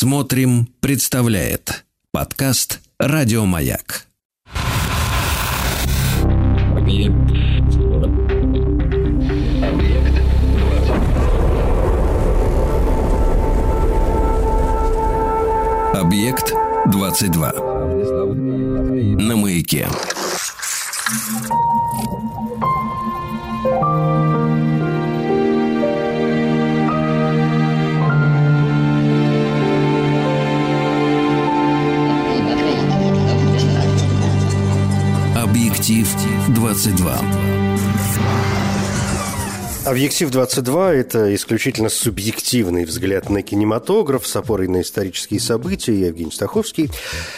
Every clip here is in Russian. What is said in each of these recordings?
Смотрим, представляет подкаст «Радио Маяк». Объект 22. На Маяке. Объектив 22. Объектив 22 – это исключительно субъективный взгляд на кинематограф с опорой на исторические события. Я Евгений Стаховский.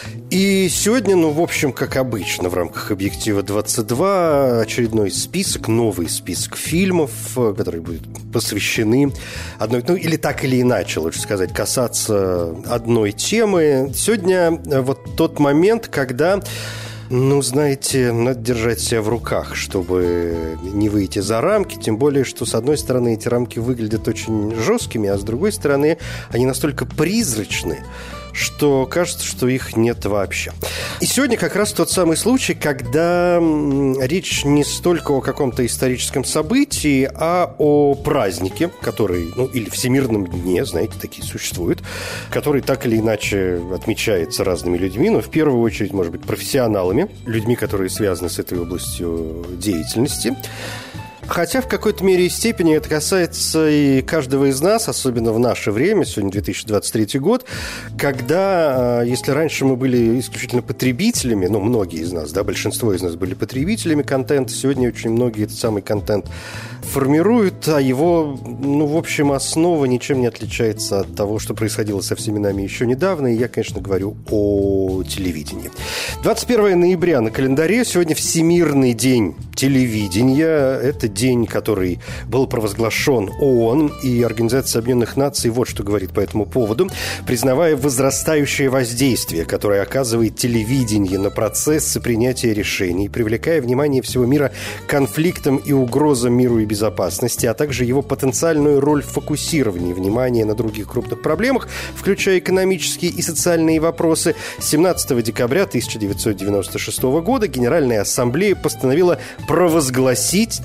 И сегодня, в общем, как обычно, в рамках Объектива 22 очередной список, новый список фильмов, которые будут посвящены одной, или так или иначе, лучше сказать, касаться одной темы. Сегодня вот тот момент, когда... знаете, надо держать себя в руках, чтобы не выйти за рамки. Тем более, что, с одной стороны, эти рамки выглядят очень жесткими, а с другой стороны, они настолько призрачны, что кажется, что их нет вообще. И сегодня как раз тот самый случай, когда речь не столько о каком-то историческом событии, а о празднике, который, или Всемирном дне, знаете, такие существуют, который так или иначе отмечается разными людьми, но в первую очередь, может быть, профессионалами, людьми, которые связаны с этой областью деятельности. Хотя в какой-то мере и степени это касается и каждого из нас, особенно в наше время, сегодня 2023 год, когда, если раньше мы были исключительно потребителями, многие из нас, большинство из нас были потребителями контента, сегодня очень многие этот самый контент формируют, а его, в общем, основа ничем не отличается от того, что происходило со всеми нами еще недавно, и я, конечно, говорю о телевидении. 21 ноября на календаре, сегодня Всемирный день телевидения, это день, который был провозглашен ООН и Организацией Объединенных Наций, вот что говорит по этому поводу, признавая возрастающее воздействие, которое оказывает телевидение на процессы принятия решений, привлекая внимание всего мира к конфликтам и угрозам миру и безопасности, а также его потенциальную роль в фокусировании внимания на других крупных проблемах, включая экономические и социальные вопросы. 17 декабря 1996 года Генеральная Ассамблея постановила провозгласить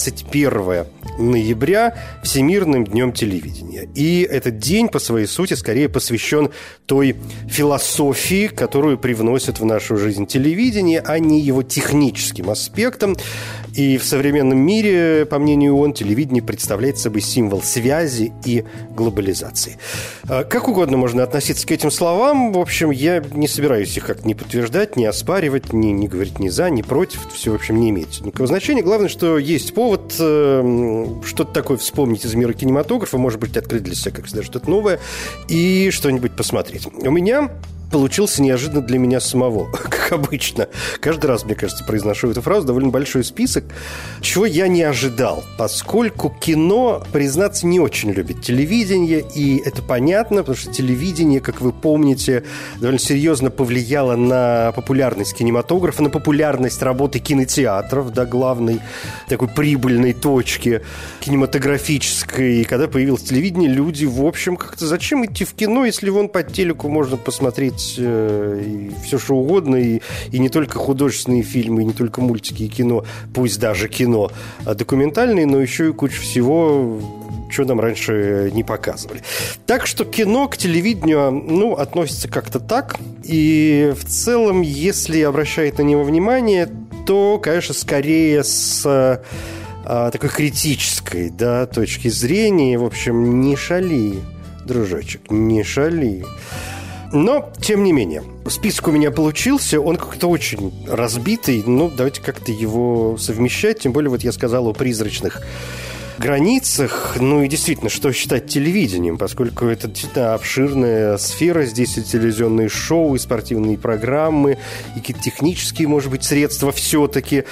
21 ноября Всемирным днем телевидения. И этот день по своей сути скорее посвящен той философии, которую привносит в нашу жизнь телевидение, а не его техническим аспектам. И в современном мире, по мнению ООН, телевидение представляет собой символ связи и глобализации. Как угодно можно относиться к этим словам. В общем, я не собираюсь их как-то ни подтверждать, ни оспаривать, ни говорить ни за, ни против. Это все, в общем, не имеет никакого значения. Главное, что есть повод что-то такое вспомнить из мира кинематографа, может быть, открыть для себя, как всегда, что-то новое и что-нибудь посмотреть. У меня получился неожиданно для меня самого, как обычно. Каждый раз, мне кажется, произношу эту фразу, довольно большой список, чего я не ожидал, поскольку кино, признаться, не очень любит телевидение, и это понятно, потому что телевидение, как вы помните, довольно серьезно повлияло на популярность кинематографа, на популярность работы кинотеатров, главной такой прибыльной точки кинематографической. И когда появилось телевидение, люди, в общем, как-то зачем идти в кино, если вон по телеку можно посмотреть и все что угодно, и не только художественные фильмы, и не только мультики и кино, пусть даже кино документальные, но еще и куча всего, что нам раньше не показывали. Так что кино к телевидению, относится как-то так. И в целом, если обращает на него внимание, то, конечно, скорее с такой критической точки зрения. В общем, не шали, дружочек, не шали. Но, тем не менее, список у меня получился, он как-то очень разбитый, давайте как-то его совмещать, тем более, вот я сказал о призрачных границах, и действительно, что считать телевидением, поскольку это действительно обширная сфера, здесь и телевизионные шоу, и спортивные программы, и какие-то технические, может быть, средства все-таки,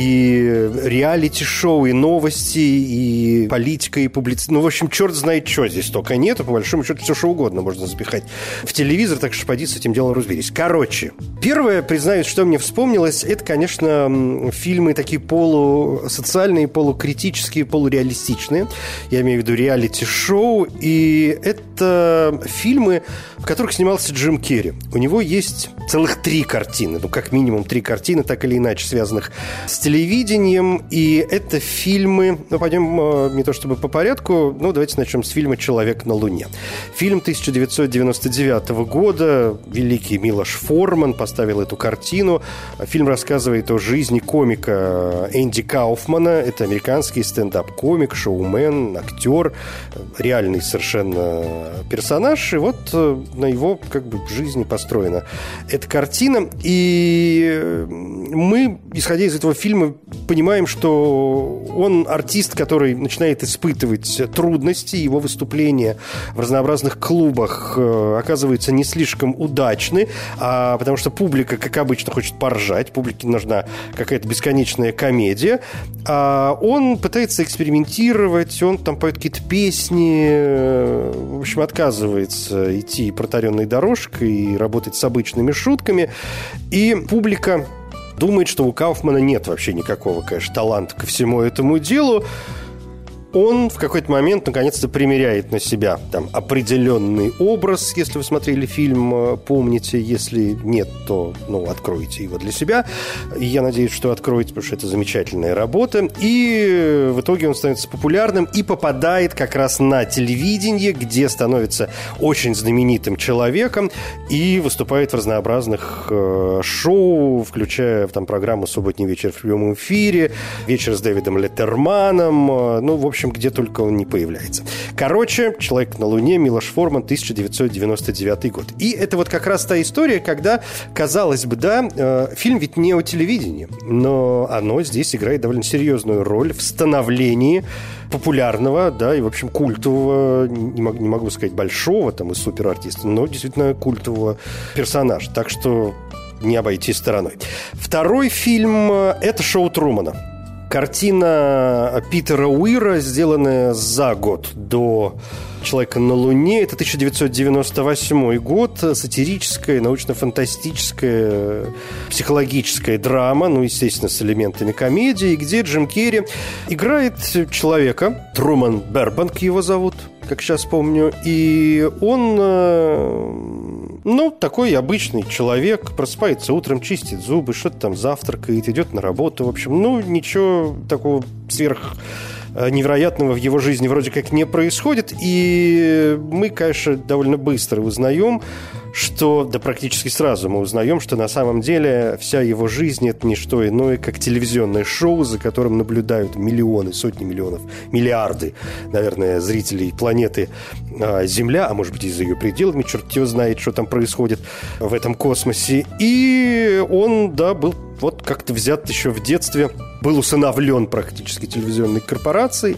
и реалити-шоу, и новости, и политика, и публицистика. В общем, черт знает, что здесь только нету, по большому счету, все что угодно можно запихать в телевизор, так что поди с этим делом разберись. Короче, первое, признаюсь, что мне вспомнилось, это, конечно, фильмы такие полусоциальные, полукритические, полуреалистические, реалистичные. Я имею в виду реалити-шоу. И это фильмы, в которых снимался Джим Керри. У него есть целых 3 картины. Ну, как минимум 3 картины, так или иначе связанных с телевидением. И это фильмы... Ну, пойдем не то чтобы по порядку. Ну, давайте начнем с фильма «Человек на Луне». Фильм 1999 года. Великий Милош Форман поставил эту картину. Фильм рассказывает о жизни комика Энди Кауфмана. Это американский стендап-комик, шоумен, актер. Реальный совершенно персонаж. И вот на его как бы жизни построена эта картина. И мы, исходя из этого фильма, понимаем, что он артист, который начинает испытывать трудности. Его выступления в разнообразных клубах оказываются не слишком удачны, потому что публика, как обычно, хочет поржать. Публике нужна какая-то бесконечная комедия. А он пытается экспериментировать, он там поет какие-то песни, в общем, отказывается идти протаренной дорожкой и работать с обычными шутками. И публика думает, что у Кауфмана нет вообще никакого, конечно, таланта ко всему этому делу. Он в какой-то момент наконец-то примеряет на себя там определенный образ. Если вы смотрели фильм, помните. Если нет, то откройте его для себя. И я надеюсь, что откроете, потому что это замечательная работа. И в итоге он становится популярным и попадает как раз на телевидение, где становится очень знаменитым человеком и выступает в разнообразных шоу, включая там программу «Субботний вечер» в прямом эфире, «Вечер с Дэвидом Леттерманом». В общем, где только он не появляется. Короче, «Человек на Луне», Милош Форман, 1999 год. И это вот как раз та история, когда, казалось бы, да, фильм ведь не о телевидении, но оно здесь играет довольно серьезную роль в становлении популярного, да, и, в общем, культового, не могу сказать большого там и суперартиста, но действительно культового персонажа. Так что не обойти стороной. Второй фильм – это «Шоу Трумана». Картина Питера Уира, сделанная за год до «Человека на Луне». Это 1998 год. Сатирическая, научно-фантастическая, психологическая драма, естественно, с элементами комедии, где Джим Керри играет человека. Труман Бербанк его зовут, как сейчас помню. И он... такой обычный человек, просыпается утром, чистит зубы, что-то там завтракает, идет на работу. В общем, ничего такого невероятного в его жизни вроде как не происходит. И мы, конечно, довольно быстро узнаем, что, да практически сразу мы узнаем, что на самом деле вся его жизнь – это не что иное, как телевизионное шоу, за которым наблюдают миллионы, сотни миллионов, миллиарды, наверное, зрителей планеты Земля, а может быть и за ее пределами, черт его знает, что там происходит в этом космосе. И он, был вот как-то взят еще в детстве, был усыновлен практически телевизионной корпорацией,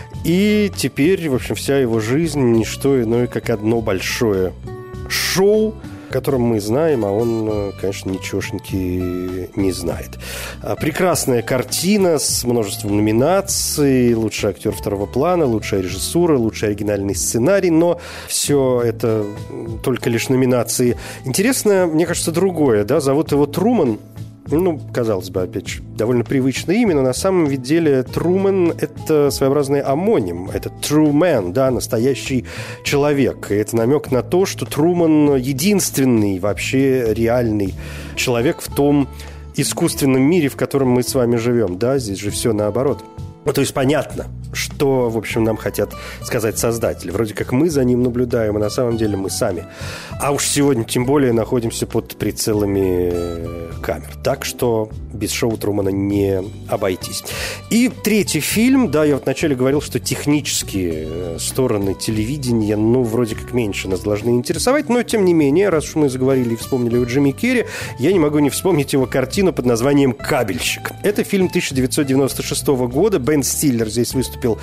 и теперь, в общем, вся его жизнь не что иное, как одно большое шоу, о котором мы знаем, а он, конечно, ничегошеньки не знает. Прекрасная картина с множеством номинаций. Лучший актер второго плана, лучшая режиссура, лучший оригинальный сценарий. Но все это только лишь номинации. Интересно, мне кажется, другое. Да? Зовут его Труман. Казалось бы, опять же, довольно привычное имя, но на самом деле Труман – это своеобразный амоним. Это true man, да, настоящий человек. И это намек на то, что Труман – единственный вообще реальный человек в том искусственном мире, в котором мы с вами живем. Да, здесь же все наоборот. То есть понятно, что, в общем, нам хотят сказать создатели. Вроде как мы за ним наблюдаем, а на самом деле мы сами. А уж сегодня тем более находимся под прицелами камер. Так что без шоу Трумана не обойтись. И третий фильм, да, я вот вначале говорил, что технические стороны телевидения, вроде как меньше нас должны интересовать, но тем не менее, раз уж мы заговорили и вспомнили о Джимми Керри, я не могу не вспомнить его картину под названием «Кабельщик». Это фильм 1996 года. Бен Стиллер здесь выступил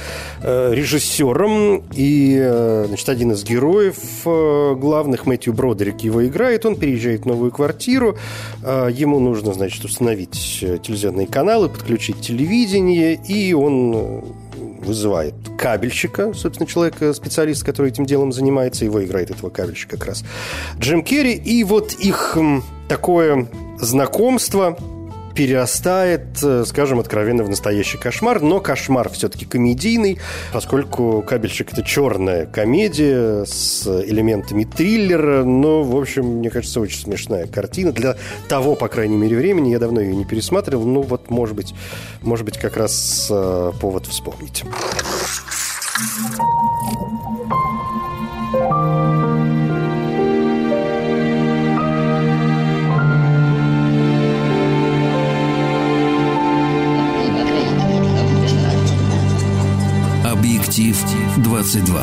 режиссером, и, один из героев главных, Мэтью Бродерик, его играет. Он переезжает в новую квартиру, ему нужно, установить телевизионные каналы, подключить телевидение, и он вызывает кабельщика, собственно, человека-специалиста, который этим делом занимается. Его играет, этого кабельщика, как раз Джим Керри. И вот их такое знакомство перерастает, скажем, откровенно в настоящий кошмар, но кошмар все-таки комедийный, поскольку «Кабельщик» — это черная комедия с элементами триллера, но, в общем, мне кажется, очень смешная картина. Для того, по крайней мере, времени, я давно ее не пересматривал, ну вот, может быть, как раз повод вспомнить. Объектив 22.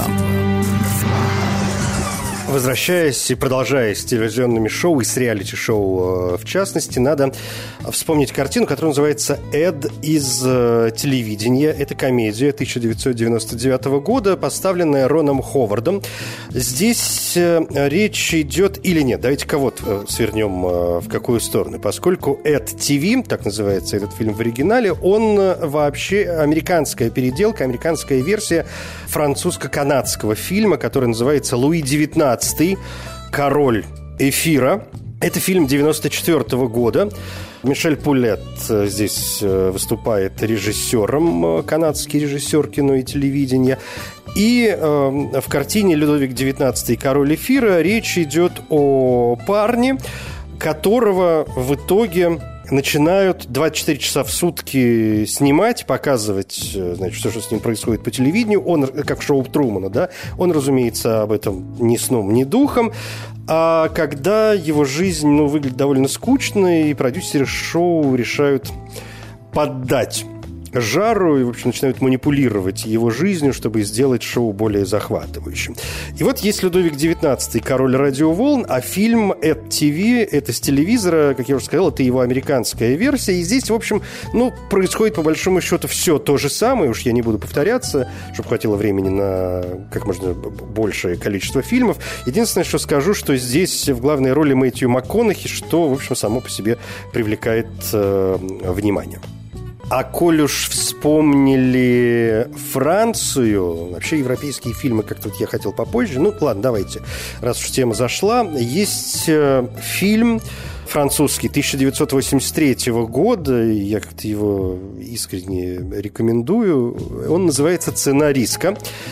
Возвращаясь и продолжая с телевизионными шоу и с реалити-шоу в частности, надо вспомнить картину, которая называется «Эд из телевидения». Это комедия 1999 года, поставленная Роном Ховардом. Здесь речь идет или нет? Давайте-ка вот свернем в какую сторону. Поскольку «Эд ТВ», так называется этот фильм в оригинале, он вообще американская переделка, американская версия французско-канадского фильма, который называется «Луи XIX. Король эфира». Это фильм 1994 года. Мишель Пулет здесь выступает режиссером, канадский режиссер кино и телевидения. И в картине «Людовик XIX. Король эфира» речь идет о парне, которого в итоге начинают 24 часа в сутки снимать, показывать, значит, все, что с ним происходит по телевидению. Он, как шоу Трумана, да, он, разумеется, об этом ни сном, ни духом. А когда его жизнь, выглядит довольно скучной, и продюсеры шоу решают поддать жару и, в общем, начинают манипулировать его жизнью, чтобы сделать шоу более захватывающим. И вот есть Людовик XIX, король радиоволн, а фильм «Эд ТВ» — это с телевизора, как я уже сказал, это его американская версия. И здесь, в общем, происходит по большому счету все то же самое. Уж я не буду повторяться, чтобы хватило времени на как можно большее количество фильмов. Единственное, что скажу, что здесь в главной роли Мэтью МакКонахи, что, в общем, само по себе привлекает внимание. А коль уж вспомнили Францию, вообще европейские фильмы как-то вот я хотел попозже. Ладно, давайте, раз уж тема зашла. Есть фильм французский 1983 года, я как-то его искренне рекомендую. Он называется «Цена риска».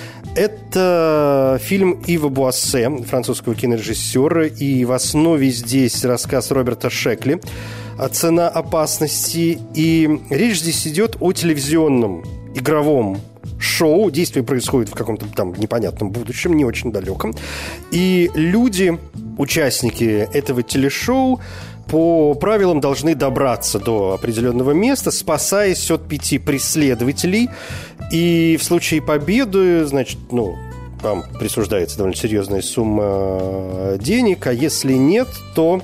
Это фильм Ива Буассе, французского кинорежиссера, и в основе здесь рассказ Роберта Шекли «Цена опасности». И речь здесь идет о телевизионном игровом шоу. Действие происходит в каком-то там непонятном будущем, не очень далеком. И люди, участники этого телешоу, по правилам должны добраться до определенного места, спасаясь от 5 преследователей. И в случае победы, значит, там присуждается довольно серьезная сумма денег, а если нет, то...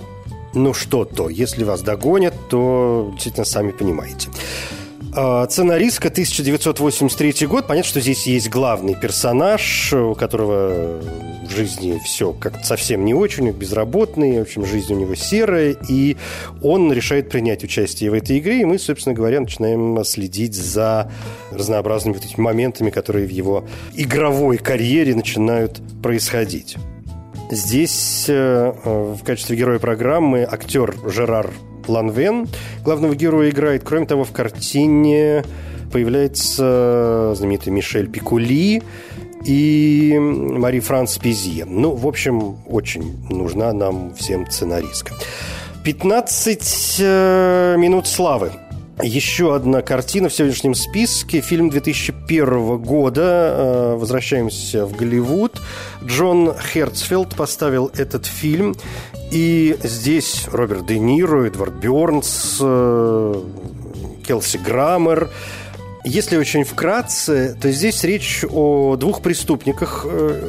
Если вас догонят, то действительно сами понимаете. «Цена риска», 1983 год. Понятно, что здесь есть главный персонаж, у которого в жизни все как-то совсем не очень, безработный, в общем, жизнь у него серая, и он решает принять участие в этой игре, и мы, собственно говоря, начинаем следить за разнообразными вот этими моментами, которые в его игровой карьере начинают происходить. Здесь в качестве героя программы актер Жерар Ланвен главного героя играет. Кроме того, в картине появляется знаменитый Мишель Пикули и Мари-Франс Пизье. В общем, очень нужна нам всем цена риска. 15 минут славы. Еще одна картина в сегодняшнем списке. Фильм 2001 года. Возвращаемся в Голливуд. Джон Херцфелд поставил этот фильм. И здесь Роберт Де Ниро, Эдвард Бёрнс, Келси Граммер. Если очень вкратце, то здесь речь о двух преступниках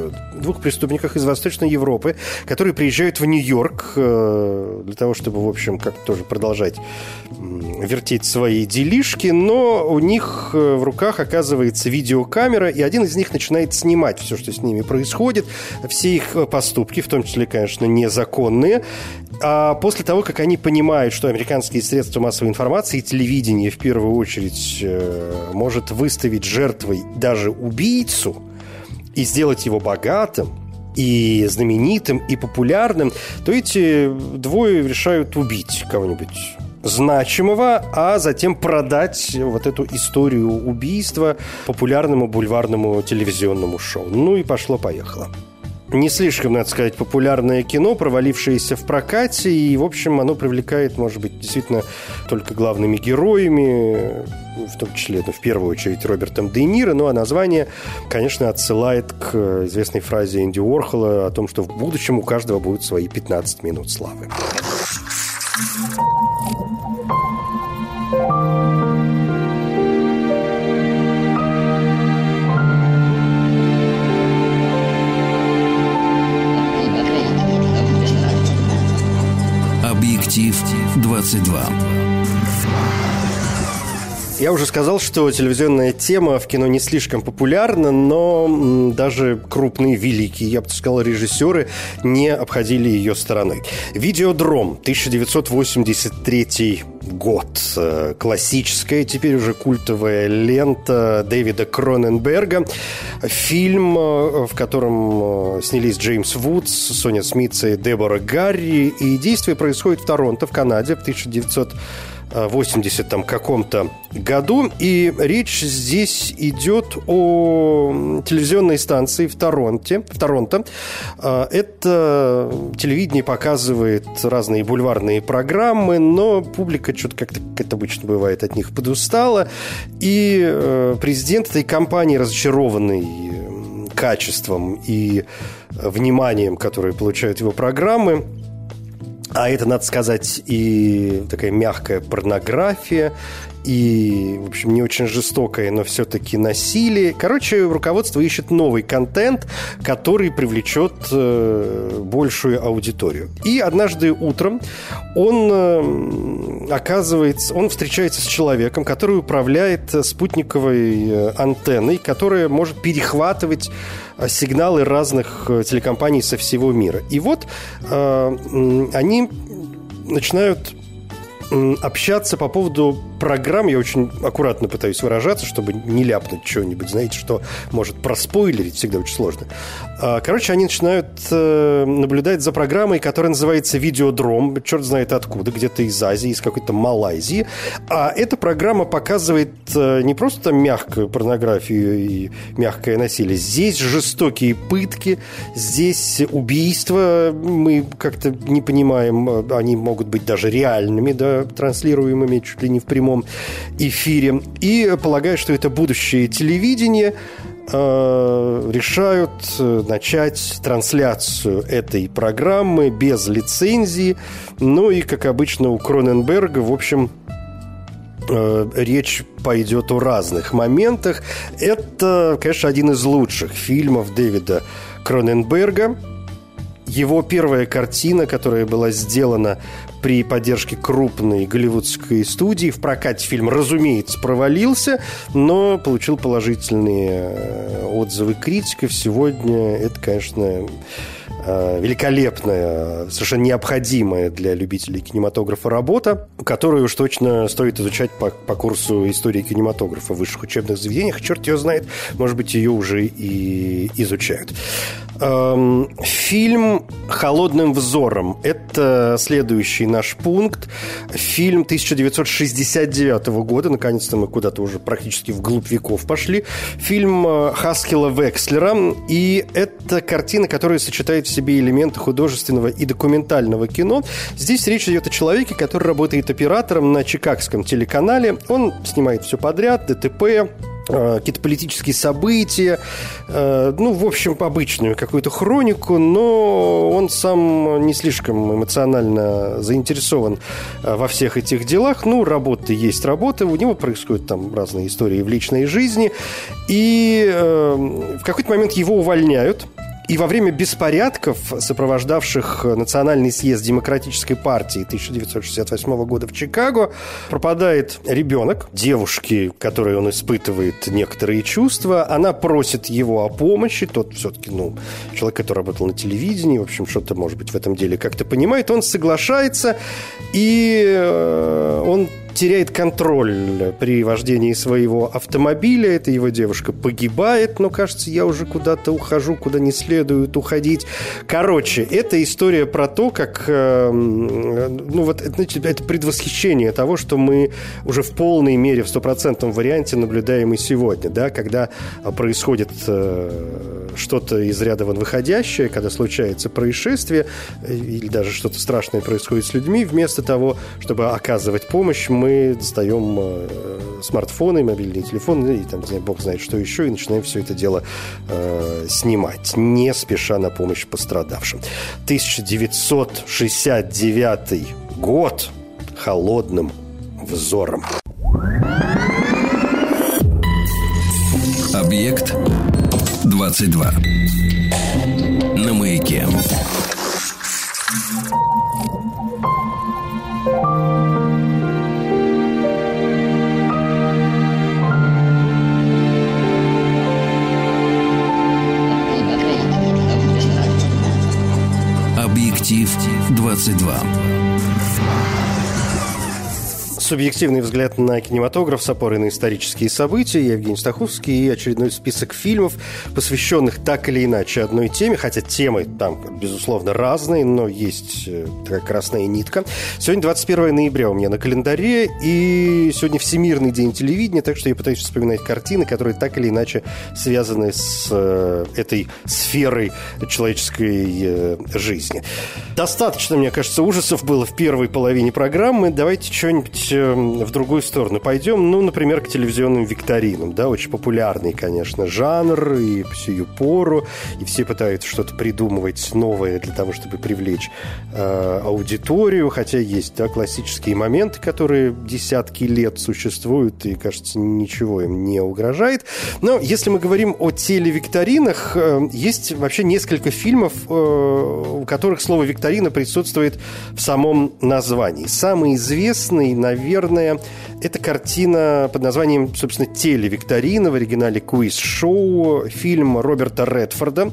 из Восточной Европы, которые приезжают в Нью-Йорк для того, чтобы, в общем, как-то тоже продолжать вертеть свои делишки, но у них в руках оказывается видеокамера, и один из них начинает снимать все, что с ними происходит, все их поступки, в том числе, конечно, незаконные. А после того, как они понимают, что американские средства массовой информации и телевидение в первую очередь может выставить жертвой даже убийцу и сделать его богатым, и знаменитым, и популярным, то эти двое решают убить кого-нибудь значимого, а затем продать вот эту историю убийства популярному бульварному телевизионному шоу. Ну и пошло-поехало. Не слишком, надо сказать, популярное кино, провалившееся в прокате, и, в общем, оно привлекает, может быть, действительно только главными героями, в том числе, в первую очередь, Робертом Де Ниро, ну а название, конечно, отсылает к известной фразе Энди Уорхола о том, что в будущем у каждого будут свои 15 минут славы. Объектив 22. Я уже сказал, что телевизионная тема в кино не слишком популярна, но даже крупные, великие, я бы сказал, режиссеры не обходили ее стороной. «Видеодром», 1983 год. Классическая, теперь уже культовая лента Дэвида Кроненберга. Фильм, в котором снялись Джеймс Вудс, Соня Смитс и Дебора Гарри. И действие происходит в Торонто, в Канаде, в 1980 каком-то году. И речь здесь идет о телевизионной станции в Торонто. Это телевидение показывает разные бульварные программы, но публика что-то как-то, как это обычно бывает, от них подустала. И президент этой компании, разочарованный качеством и вниманием, которое получают его программы, а это, надо сказать, и такая мягкая порнография, и, в общем, не очень жестокое, но все-таки насилие. Короче, руководство ищет новый контент, который привлечет большую аудиторию. И однажды утром он встречается с человеком, который управляет спутниковой антенной, которая может перехватывать сигналы разных телекомпаний со всего мира. И вот они начинают общаться по поводу программ. Я очень аккуратно пытаюсь выражаться, чтобы не ляпнуть чего-нибудь, знаете, что может проспойлерить, всегда очень сложно. Короче, они начинают наблюдать за программой, которая называется «Видеодром», черт знает откуда, где-то из Азии, из какой-то Малайзии. А эта программа показывает не просто мягкую порнографию и мягкое насилие. Здесь жестокие пытки, здесь убийства. Мы как-то не понимаем, они могут быть даже реальными, да, транслируемыми чуть ли не в прямом эфире. И полагая, что это будущее телевидение, решают начать трансляцию этой программы без лицензии. Ну и, как обычно, у Кроненберга, в общем, речь пойдет о разных моментах. Это, конечно, один из лучших фильмов Дэвида Кроненберга. Его первая картина, которая была сделана при поддержке крупной голливудской студии. В прокате фильм, разумеется, провалился, но получил положительные отзывы критиков. Сегодня это, конечно, великолепная, совершенно необходимая для любителей кинематографа работа, которую уж точно стоит изучать по курсу истории кинематографа в высших учебных заведениях. Черт его знает, может быть, ее уже и изучают. Фильм «Холодным взором» – это следующий наш пункт. Фильм 1969 года. Наконец-то мы куда-то уже практически вглубь веков пошли. Фильм Хаскила Векслера. И это картина, которая сочетает в себе элементы художественного и документального кино. Здесь речь идет о человеке, который работает оператором на чикагском телеканале. Он снимает все подряд, ДТП, какие-то политические события, ну, в общем, обычную какую-то хронику, но он сам не слишком эмоционально заинтересован во всех этих делах. Ну, работа есть работа, у него происходят там разные истории в личной жизни, и в какой-то момент его увольняют. И во время беспорядков, сопровождавших Национальный съезд Демократической партии 1968 года в Чикаго, пропадает ребенок девушки, которой он испытывает некоторые чувства. Она просит его о помощи. Тот все-таки, человек, который работал на телевидении, в общем, что-то, может быть, в этом деле как-то понимает. Он соглашается, и он теряет контроль при вождении своего автомобиля. Эта его девушка погибает, но, кажется, я уже куда-то ухожу, куда не следует уходить. Короче, это история про то, как... это предвосхищение того, что мы уже в полной мере, в 100% варианте наблюдаем и сегодня, да, когда происходит что-то из ряда вон выходящее, когда случается происшествие или даже что-то страшное происходит с людьми, вместо того, чтобы оказывать помощь, мы достаем смартфоны, мобильные телефоны и там, не знаю, бог знает что еще, и начинаем все это дело снимать, не спеша на помощь пострадавшим. 1969 год. Холодным взором. Объект 22. На маяке. Объектив 22. Субъективный взгляд на кинематограф с опорой на исторические события. Я Евгений Стаховский и очередной список фильмов, посвященных так или иначе одной теме, хотя темы там, безусловно, разные, но есть такая красная нитка. Сегодня 21 ноября у меня на календаре, и сегодня Всемирный день телевидения, так что я пытаюсь вспоминать картины, которые так или иначе связаны с этой сферой человеческой жизни. Достаточно, мне кажется, ужасов было в первой половине программы. Давайте что-нибудь в другую сторону пойдем. Ну, например, к телевизионным викторинам. Да, очень популярный, конечно, жанр и по сию пору. И все пытаются что-то придумывать новое для того, чтобы привлечь аудиторию. Хотя есть, да, классические моменты, которые десятки лет существуют и, кажется, ничего им не угрожает. Но если мы говорим о телевикторинах, есть вообще несколько фильмов, у которых слово «викторина» присутствует в самом названии. Самый известный, наверное, это картина под названием, собственно, «Телевикторина», в оригинале «Квиз-шоу», фильм Роберта Редфорда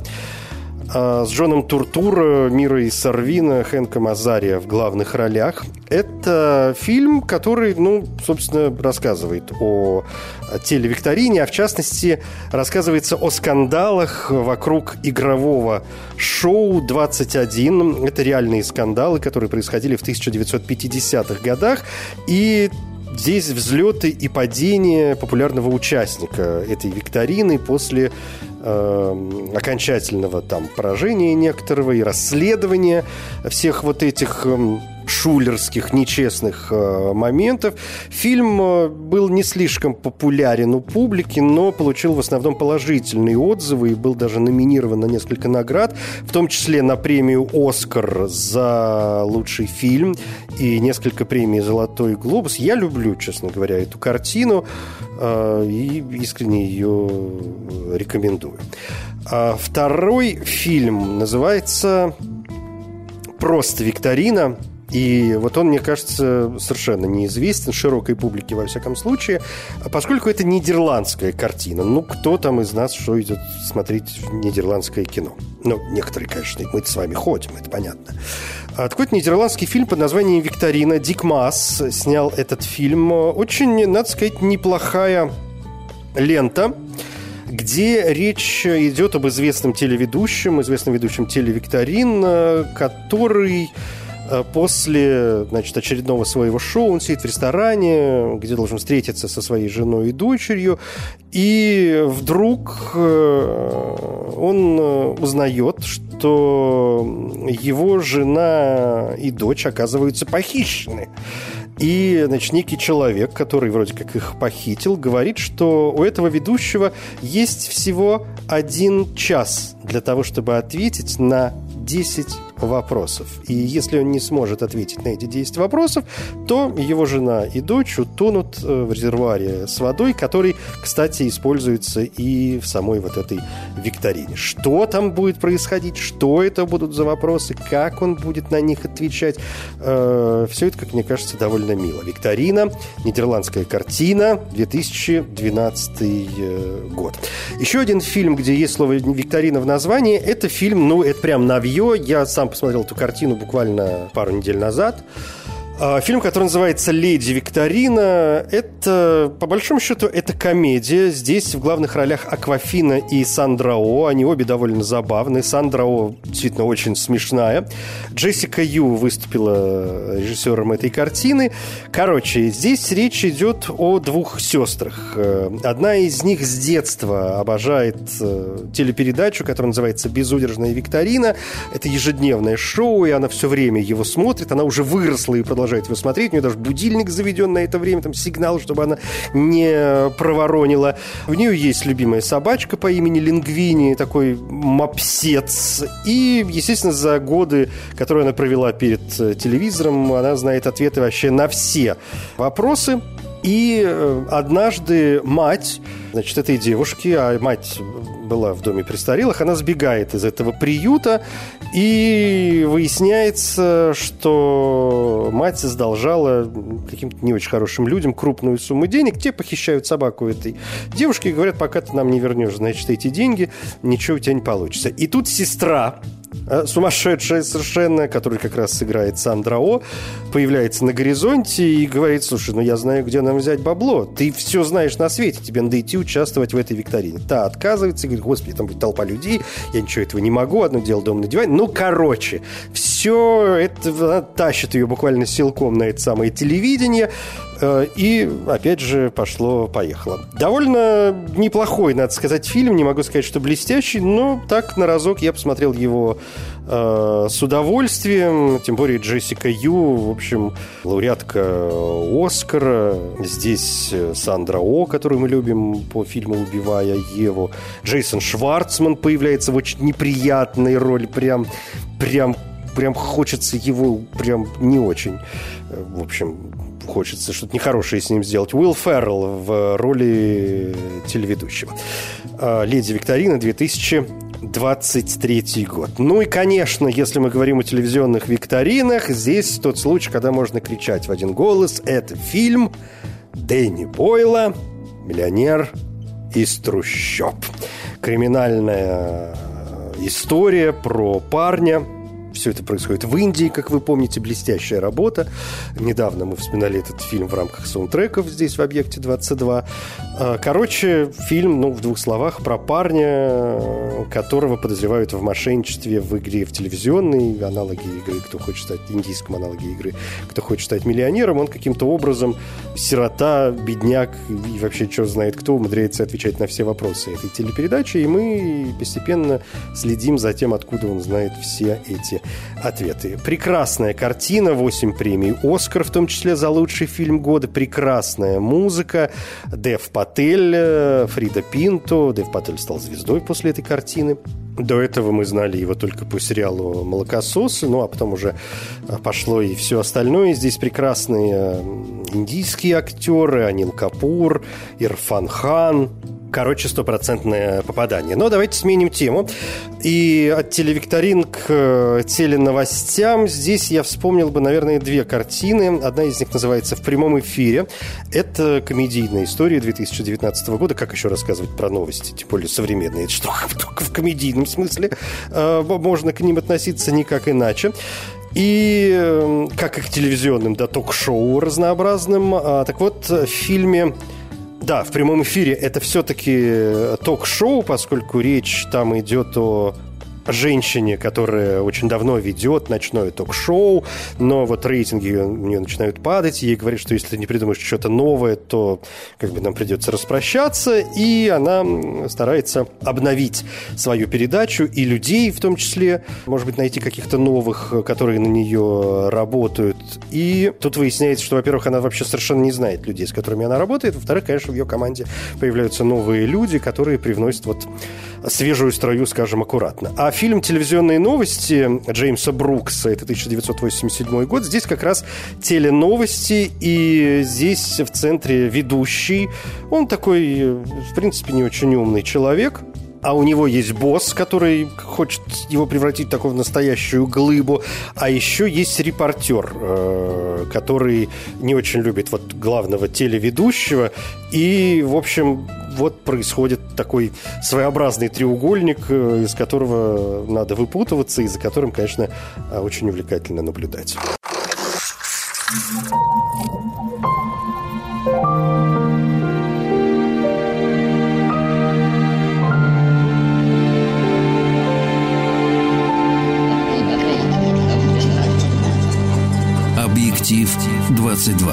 с Джоном Туртуро, Мирой Сорвино, Хэнком Азария в главных ролях. Это фильм, который, собственно, рассказывает о телевикторине, а в частности рассказывается о скандалах вокруг игрового шоу «21». Это реальные скандалы, которые происходили в 1950-х годах. И здесь взлеты и падения популярного участника этой викторины после окончательного там поражения некоторого и расследования всех вот этих шулерских, нечестных моментов. Фильм был не слишком популярен у публики, но получил в основном положительные отзывы и был даже номинирован на несколько наград, в том числе на премию «Оскар» за лучший фильм и несколько премий «Золотой глобус». Я люблю, честно говоря, эту картину и искренне ее рекомендую. Второй фильм называется «Просто викторина». И вот он, мне кажется, совершенно неизвестен широкой публике, во всяком случае, поскольку это нидерландская картина. Кто там из нас что идет смотреть нидерландское кино? Некоторые, конечно, мы-то с вами ходим, это понятно. Такой нидерландский фильм под названием «Викторина». Дик Маас снял этот фильм. Очень, надо сказать, неплохая лента, где речь идет об известном ведущем телевикторин, который после, очередного своего шоу он сидит в ресторане, где должен встретиться со своей женой и дочерью, и вдруг он узнает, что его жена и дочь оказываются похищены. И, некий человек, который вроде как их похитил, говорит, что у этого ведущего есть всего 1 час для того, чтобы ответить на 10 вопросов. И если он не сможет ответить на эти 10 вопросов, то его жена и дочь утонут в резервуаре с водой, который, кстати, используется и в самой вот этой викторине. Что там будет происходить, что это будут за вопросы, как он будет на них отвечать, все это, как мне кажется, довольно мило. «Викторина», нидерландская картина, 2012 год. Еще один фильм, где есть слово «викторина» в названии, это фильм, это прям новье. Я сам посмотрел эту картину буквально пару недель назад. Фильм, который называется «Леди Викторина». Это, по большому счету, это комедия. Здесь в главных ролях Аквафина и Сандра О. Они обе довольно забавные. Сандра О действительно очень смешная. Джессика Ю выступила режиссером этой картины. Короче, здесь речь идет о двух сестрах. Одна из них с детства обожает телепередачу, которая называется «Безудержная Викторина». Это ежедневное шоу, и она все время его смотрит. Она уже выросла и продолжает его смотреть. У нее даже будильник заведен на это время, там сигнал, чтобы она не проворонила. У нее есть любимая собачка по имени Лингвини, такой мопсец. И, естественно, за годы, которые она провела перед телевизором, она знает ответы вообще на все вопросы. И однажды мать, значит, этой девушки, а мать была в доме престарелых, она сбегает из этого приюта, и выясняется, что мать задолжала каким-то не очень хорошим людям крупную сумму денег. Те похищают собаку этой девушки и говорят: пока ты нам не вернешь, значит, эти деньги, ничего у тебя не получится. И тут сестра, сумасшедшая совершенно, которая как раз сыграет Сандра О, появляется на горизонте и говорит: слушай, ну я знаю, где нам взять бабло. Ты все знаешь на свете, тебе надо идти участвовать в этой викторине. Та отказывается и говорит: господи, там будет толпа людей, я ничего этого не могу, одно дело дома на диване. Ну, короче, все это тащит ее буквально силком на это самое телевидение. И, опять же, пошло-поехало. Довольно неплохой, надо сказать, фильм. Не могу сказать, что блестящий, но так на разок я посмотрел его с удовольствием. Тем более Джессика Ю, в общем, лауреатка Оскара. Здесь Сандра О, которую мы любим по фильму «Убивая Еву». Джейсон Шварцман появляется в очень неприятной роли. Прям хочется его прям не очень. В общем, хочется что-то нехорошее с ним сделать. Уилл Феррелл в роли телеведущего. «Леди Викторина», 2023 год. Ну и, конечно, если мы говорим о телевизионных викторинах, здесь тот случай, когда можно кричать в один голос. Это фильм Дэнни Бойла «Миллионер из трущоб». Криминальная история про парня. Все это происходит в Индии, как вы помните, блестящая работа. Недавно мы вспоминали этот фильм в рамках саундтреков здесь, в «Объекте 22». Короче, фильм, в двух словах, про парня, которого подозревают в мошенничестве в игре, в телевизионной аналоге игры, кто хочет стать, индийском аналоге игры, кто хочет стать миллионером. Он каким-то образом, сирота, бедняк и вообще черт знает кто, умудряется отвечать на все вопросы этой телепередачи, и мы постепенно следим за тем, откуда он знает все эти ответы. Прекрасная картина, 8 премий «Оскар», в том числе за лучший фильм года, прекрасная музыка, Дев Патель, Фрида Пинто. Дев Патель стал звездой после этой картины. До этого мы знали его только по сериалу «Молокососы», а потом уже пошло и все остальное. Здесь прекрасные индийские актеры: Анил Капур, Ирфан Хан. Короче, стопроцентное попадание. Но давайте сменим тему. И от телевикторин к теленовостям. Здесь я вспомнил бы, наверное, две картины. Одна из них называется «В прямом эфире». Это комедийная история 2019 года. Как еще рассказывать про новости, тем более современные? Это что, только в комедийном смысле можно к ним относиться никак иначе. И как и к телевизионным, ток-шоу разнообразным. Так вот, в фильме... Да, в прямом эфире это все-таки ток-шоу, поскольку речь там идет о женщине, которая очень давно ведет ночное ток-шоу, но вот рейтинги у нее начинают падать, ей говорят, что если ты не придумаешь что-то новое, то нам придется распрощаться, и она старается обновить свою передачу и людей в том числе, может быть, найти каких-то новых, которые на нее работают. И тут выясняется, что, во-первых, она вообще совершенно не знает людей, с которыми она работает, во-вторых, конечно, в ее команде появляются новые люди, которые привносят свежую струю, скажем, аккуратно. А фильм «Телевизионные новости» Джеймса Брукса, это 1987 год, здесь как раз теленовости, и здесь в центре ведущий. Он такой, в принципе, не очень умный человек, а у него есть босс, который хочет его превратить в такую настоящую глыбу. А еще есть репортер, который не очень любит главного телеведущего. И, в общем, происходит такой своеобразный треугольник, из которого надо выпутываться, и за которым, конечно, очень увлекательно наблюдать. Объектив 22.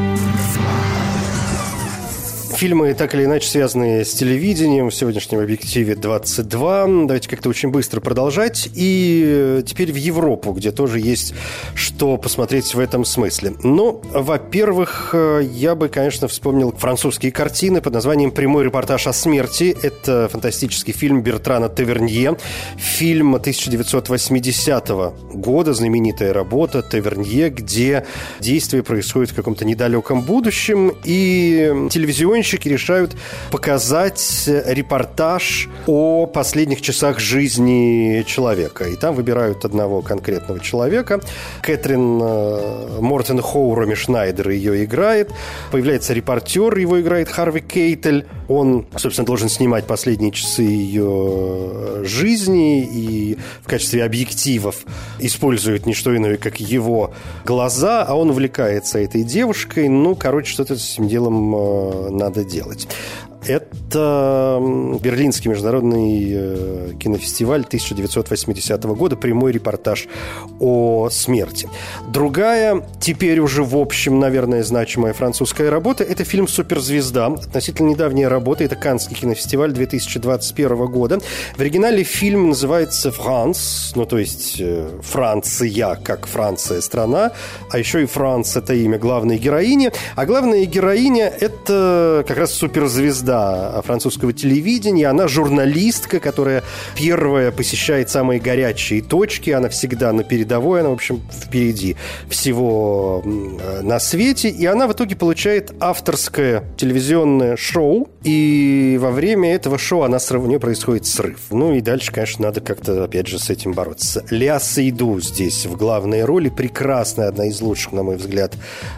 Фильмы, так или иначе связанные с телевидением, в сегодняшнем «Объективе 22». Давайте как-то очень быстро продолжать. И теперь в Европу, где тоже есть что посмотреть в этом смысле. Ну, во-первых, я бы, конечно, вспомнил французские картины под названием «Прямой репортаж о смерти». Это фантастический фильм Бертрана Тавернье. Фильм 1980 года, знаменитая работа Тавернье, где действие происходит в каком-то недалеком будущем. И телевизионщики решают показать репортаж о последних часах жизни человека. И там выбирают одного конкретного человека. Кэтрин Мортен Хоу, Роми Шнайдер ее играет. Появляется репортер, его играет Харви Кейтель. Он, собственно, должен снимать последние часы ее жизни и в качестве объективов использует не что иное, как его глаза, а он увлекается этой девушкой. Ну, короче, что-то с этим делом надо делать. Это Берлинский международный кинофестиваль 1980 года, прямой репортаж о смерти. Другая, теперь уже в общем, наверное, значимая французская работа – это фильм «Суперзвезда». Относительно недавняя работа, это Каннский кинофестиваль 2021 года. В оригинале фильм называется «Франс», ну, то есть Франция, как Франция, страна, а еще и Франс – это имя главной героини. А главная героиня – это как раз суперзвезда французского телевидения. Она журналистка, которая первая посещает самые горячие точки. Она всегда на передовой, она, в общем, впереди всего на свете. И она в итоге получает авторское телевизионное шоу. И во время этого шоу у нее происходит срыв. Ну и дальше, конечно, надо как-то, опять же, с этим бороться. Ля Сейду здесь в главной роли. Прекрасная, одна из лучших, на мой взгляд,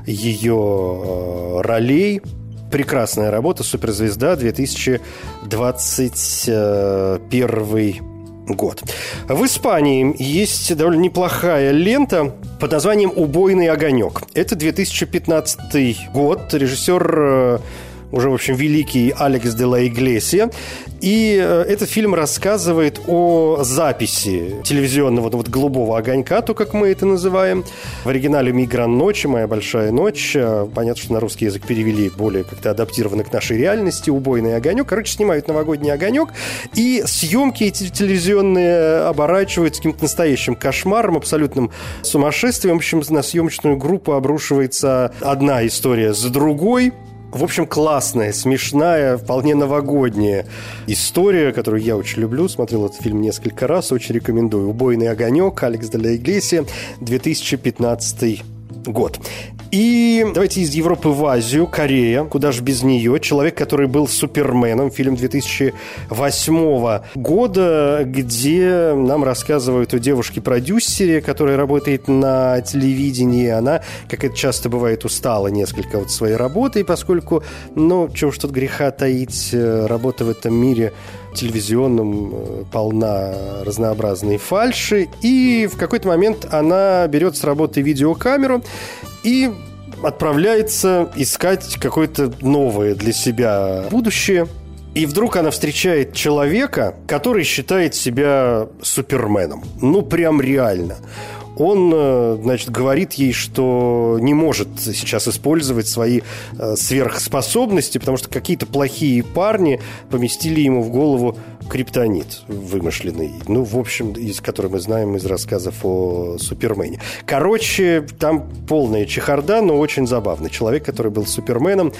ее ролей. Прекрасная работа, «Суперзвезда», 2021 год. В Испании есть довольно неплохая лента под названием «Убойный огонек». Это 2015 год. Режиссер уже, в общем, великий Алекс де ла Иглесия. И этот фильм рассказывает о записи телевизионного голубого огонька, то, как мы это называем. В оригинале «Мигран ночи», «Моя большая ночь». Понятно, что на русский язык перевели более как-то адаптированно к нашей реальности. «Убойный огонек». Короче, снимают новогодний огонек. И съемки эти телевизионные оборачиваются каким-то настоящим кошмаром, абсолютным сумасшествием. В общем, на съемочную группу обрушивается одна история за другой. В общем, классная, смешная, вполне новогодняя история, которую я очень люблю. Смотрел этот фильм несколько раз, очень рекомендую. «Убойный огонек», Алекс де ла Иглесия, 2015 год. И давайте из Европы в Азию. Корея, куда же без нее. Человек, который был Суперменом. Фильм 2008 года, где нам рассказывают о девушке-продюсере, которая работает на телевидении. Она, как это часто бывает, устала несколько от своей работы, поскольку, ну, чего уж тут греха таить, работа в этом мире телевизионном полна разнообразной фальши. И в какой-то момент она берет с работы видеокамеру и отправляется искать какое-то новое для себя будущее. И вдруг она встречает человека, который считает себя суперменом. Ну, прям реально. Он, значит, говорит ей, что не может сейчас использовать свои сверхспособности, потому что какие-то плохие парни поместили ему в голову криптонит вымышленный. Ну, в общем, из которого мы знаем из рассказов о Супермене. Короче, там полная чехарда, но очень забавный. Человек, который был Суперменом,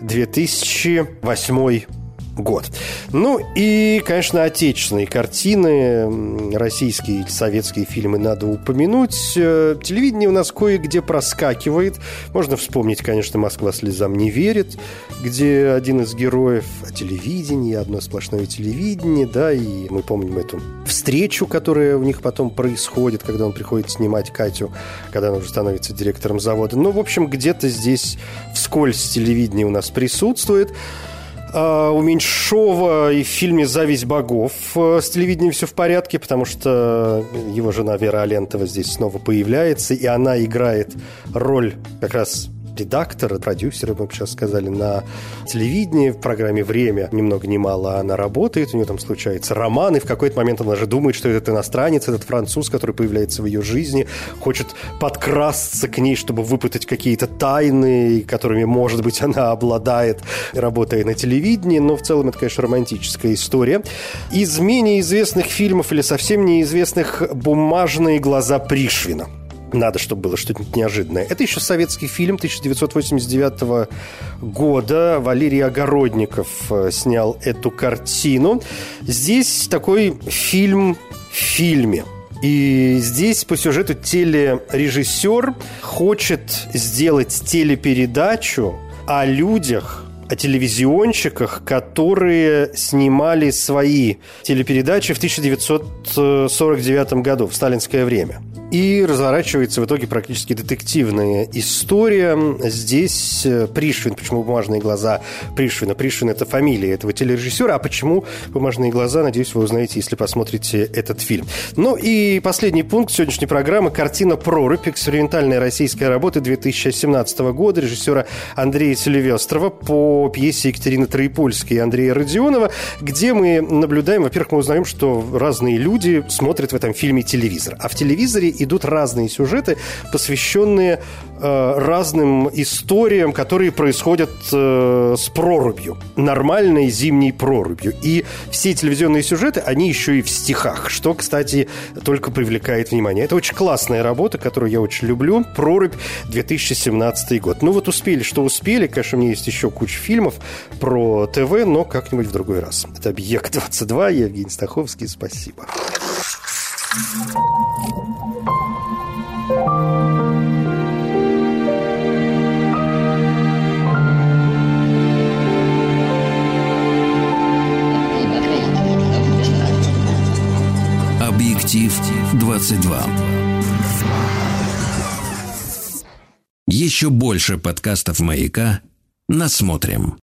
2008 год. Ну и, конечно, отечественные картины, российские или советские фильмы надо упомянуть. Телевидение у нас кое-где проскакивает. Можно вспомнить, конечно, «Москва слезам не верит», где один из героев о телевидении, одно сплошное телевидение, да, и мы помним эту встречу, которая у них потом происходит, когда он приходит снимать Катю, когда она уже становится директором завода. Ну, в общем, где-то здесь вскользь телевидение у нас присутствует. У Меньшова и в фильме «Зависть богов» с телевидением все в порядке, потому что его жена Вера Алентова здесь снова появляется, и она играет роль как раз редактора, продюсера, мы бы сейчас сказали, на телевидении, в программе «Время» ни много ни мало она работает, у нее там случается роман, и в какой-то момент она же думает, что этот иностранец, этот француз, который появляется в ее жизни, хочет подкрасться к ней, чтобы выпытать какие-то тайны, которыми, может быть, она обладает, работая на телевидении, но в целом это, конечно, романтическая история. Из менее известных фильмов или совсем неизвестных «Бумажные глаза Пришвина». Надо, чтобы было что-нибудь неожиданное. Это еще советский фильм 1989 года. Валерий Огородников снял эту картину. Здесь такой фильм в фильме. И здесь по сюжету телережиссер хочет сделать телепередачу о людях, о телевизионщиках, которые снимали свои телепередачи в 1949 году, в сталинское время. И разворачивается в итоге практически детективная история. Здесь Пришвин. Почему «Бумажные глаза» Пришвина? Пришвин – это фамилия этого телережиссера. А почему «Бумажные глаза», надеюсь, вы узнаете, если посмотрите этот фильм. Ну и последний пункт сегодняшней программы – картина «Прорубь», экспериментальная российская работа 2017 года режиссера Андрея Селивестрова по пьесе Екатерины Троепольской и Андрея Родионова, где мы наблюдаем, во-первых, мы узнаем, что разные люди смотрят в этом фильме телевизор. А в телевизоре идут разные сюжеты, посвященные разным историям, которые происходят с прорубью, нормальной зимней прорубью. И все телевизионные сюжеты, они еще и в стихах, что, кстати, только привлекает внимание. Это очень классная работа, которую я очень люблю. «Прорубь», 2017 год. Ну вот успели, что успели. Конечно, у меня есть еще куча фильмов про ТВ, но как-нибудь в другой раз. Это «Объект-22», я Евгений Стаховский. Спасибо. «Объектив-22». Еще больше подкастов «Маяка» насмотрим.